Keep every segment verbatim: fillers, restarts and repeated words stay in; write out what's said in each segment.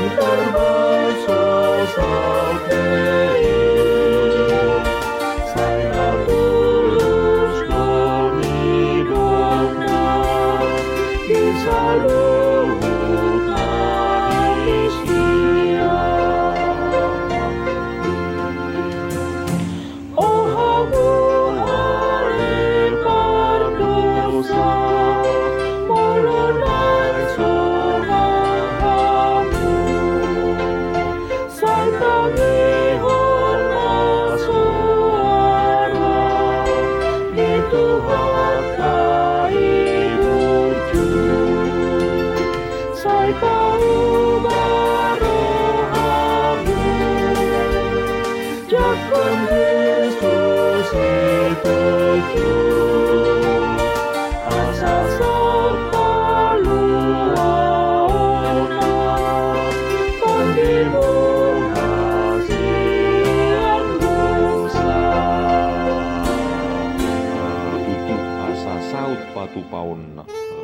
terbaik sosok Yesus. Saya tulus demi domba bisa luhur manusia. Oh hamu air berdosa, mulai sunah hamu. Saya tangihon masuara, di Tuhan kahidup. Saya tahu barohamu, Jakon Kristus itu asa serta luana, pendimun hasian dosa. Tutup asa saut patu paonna.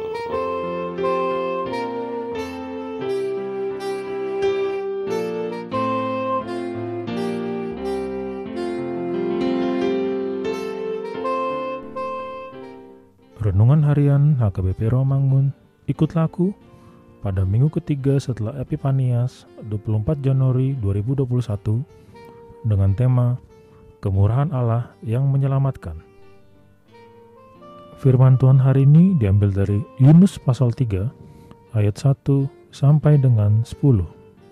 Renungan Harian H K B P Romangun, ikutlah aku pada minggu ketiga setelah Epifanias dua puluh empat Januari dua ribu dua puluh satu dengan tema Kemurahan Allah yang Menyelamatkan. Firman Tuhan hari ini diambil dari Yunus pasal tiga ayat satu sampai dengan sepuluh.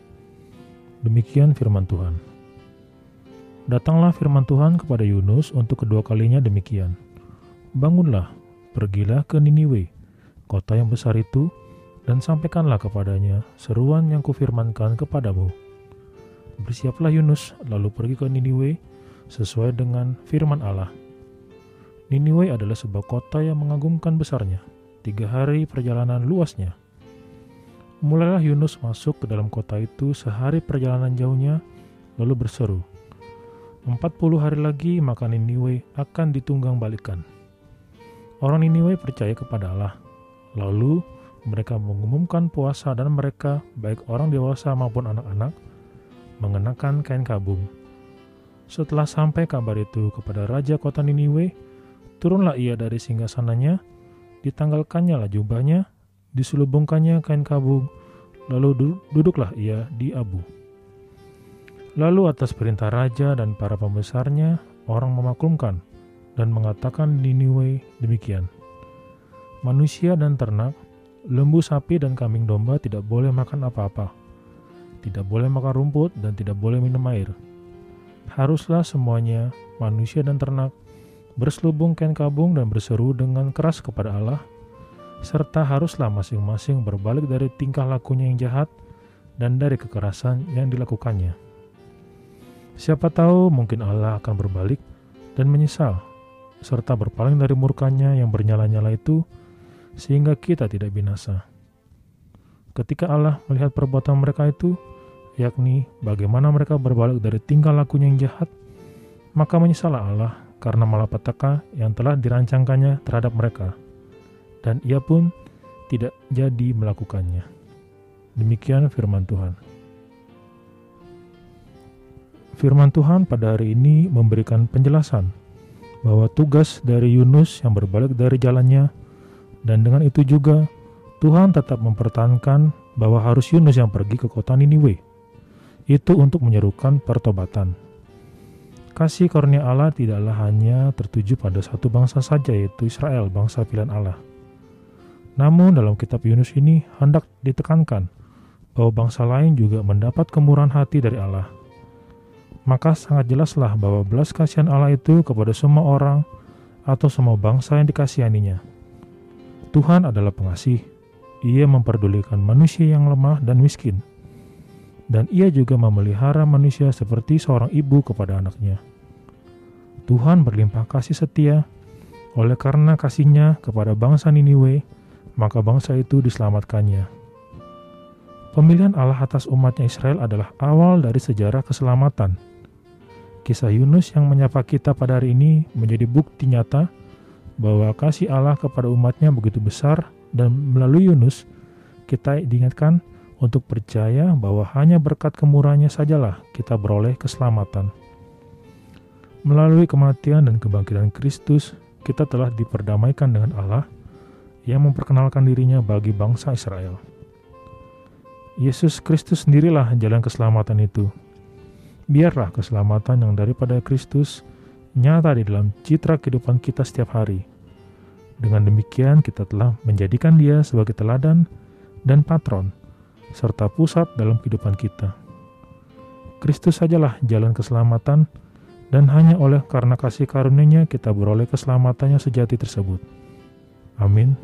Demikian firman Tuhan. Datanglah firman Tuhan kepada Yunus untuk kedua kalinya demikian. Bangunlah, pergilah ke Niniwe, kota yang besar itu, dan sampaikanlah kepadanya seruan yang kufirmankan kepadamu. Bersiaplah Yunus, lalu pergi ke Niniwe sesuai dengan firman Allah. Niniwe adalah sebuah kota yang mengagumkan besarnya, tiga hari perjalanan luasnya. Mulailah Yunus masuk ke dalam kota itu sehari perjalanan jauhnya, lalu berseru, empat puluh hari lagi maka Niniwe akan ditunggang balikan. Orang Niniwe percaya kepada Allah. Lalu mereka mengumumkan puasa dan mereka, baik orang dewasa maupun anak-anak, mengenakan kain kabung. Setelah sampai kabar itu kepada raja kota Niniwe, turunlah ia dari singgasananya, ditanggalkannya lah jubahnya, diselubungkannya kain kabung, lalu duduklah ia di abu. Lalu atas perintah raja dan para pembesarnya, orang memaklumkan dan mengatakan di Niniwe demikian. Manusia dan ternak, lembu sapi dan kambing domba tidak boleh makan apa-apa, tidak boleh makan rumput dan tidak boleh minum air. Haruslah semuanya, manusia dan ternak, berselubung kain kabung dan berseru dengan keras kepada Allah, serta haruslah masing-masing berbalik dari tingkah lakunya yang jahat dan dari kekerasan yang dilakukannya. Siapa tahu mungkin Allah akan berbalik dan menyesal, serta berpaling dari murkanya yang bernyala-nyala itu, sehingga kita tidak binasa. Ketika Allah melihat perbuatan mereka itu, yakni bagaimana mereka berbalik dari tingkah lakunya yang jahat, maka menyesallah Allah karena malapetaka yang telah dirancangkannya terhadap mereka, dan ia pun tidak jadi melakukannya. Demikian firman Tuhan. Firman Tuhan pada hari ini memberikan penjelasan bahwa tugas dari Yunus yang berbalik dari jalannya, dan dengan itu juga Tuhan tetap mempertahankan bahwa harus Yunus yang pergi ke kota Niniwe. Itu untuk menyerukan pertobatan. Kasih karunia Allah tidaklah hanya tertuju pada satu bangsa saja, yaitu Israel, bangsa pilihan Allah. Namun dalam kitab Yunus ini hendak ditekankan bahwa bangsa lain juga mendapat kemurahan hati dari Allah. Maka sangat jelaslah bahwa belas kasihan Allah itu kepada semua orang atau semua bangsa yang dikasihaninya. Tuhan adalah pengasih. Ia memperdulikan manusia yang lemah dan miskin. Dan ia juga memelihara manusia seperti seorang ibu kepada anaknya. Tuhan berlimpah kasih setia. Oleh karena kasihnya kepada bangsa Niniwe, maka bangsa itu diselamatkannya. Pemilihan Allah atas umatnya Israel adalah awal dari sejarah keselamatan. Kisah Yunus yang menyapa kita pada hari ini menjadi bukti nyata bahwa kasih Allah kepada umatnya begitu besar, dan melalui Yunus kita diingatkan untuk percaya bahwa hanya berkat kemurahan-Nya sajalah kita beroleh keselamatan. Melalui kematian dan kebangkitan Kristus, kita telah diperdamaikan dengan Allah yang memperkenalkan dirinya bagi bangsa Israel. Yesus Kristus sendirilah jalan keselamatan itu. Biarlah keselamatan yang daripada Kristus nyata di dalam citra kehidupan kita setiap hari. Dengan demikian kita telah menjadikan Dia sebagai teladan dan patron, serta pusat dalam kehidupan kita. Kristus sajalah jalan keselamatan, dan hanya oleh karena kasih karunia-Nya kita beroleh keselamatannya sejati tersebut. Amin.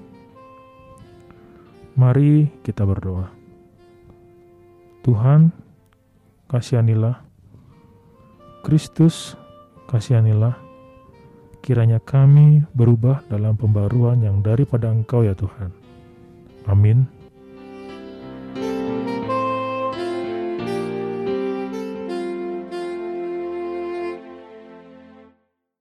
Mari kita berdoa. Tuhan, kasihanilah. Kristus, kasihanilah. Kiranya kami berubah dalam pembaruan yang daripada Engkau ya Tuhan. Amin.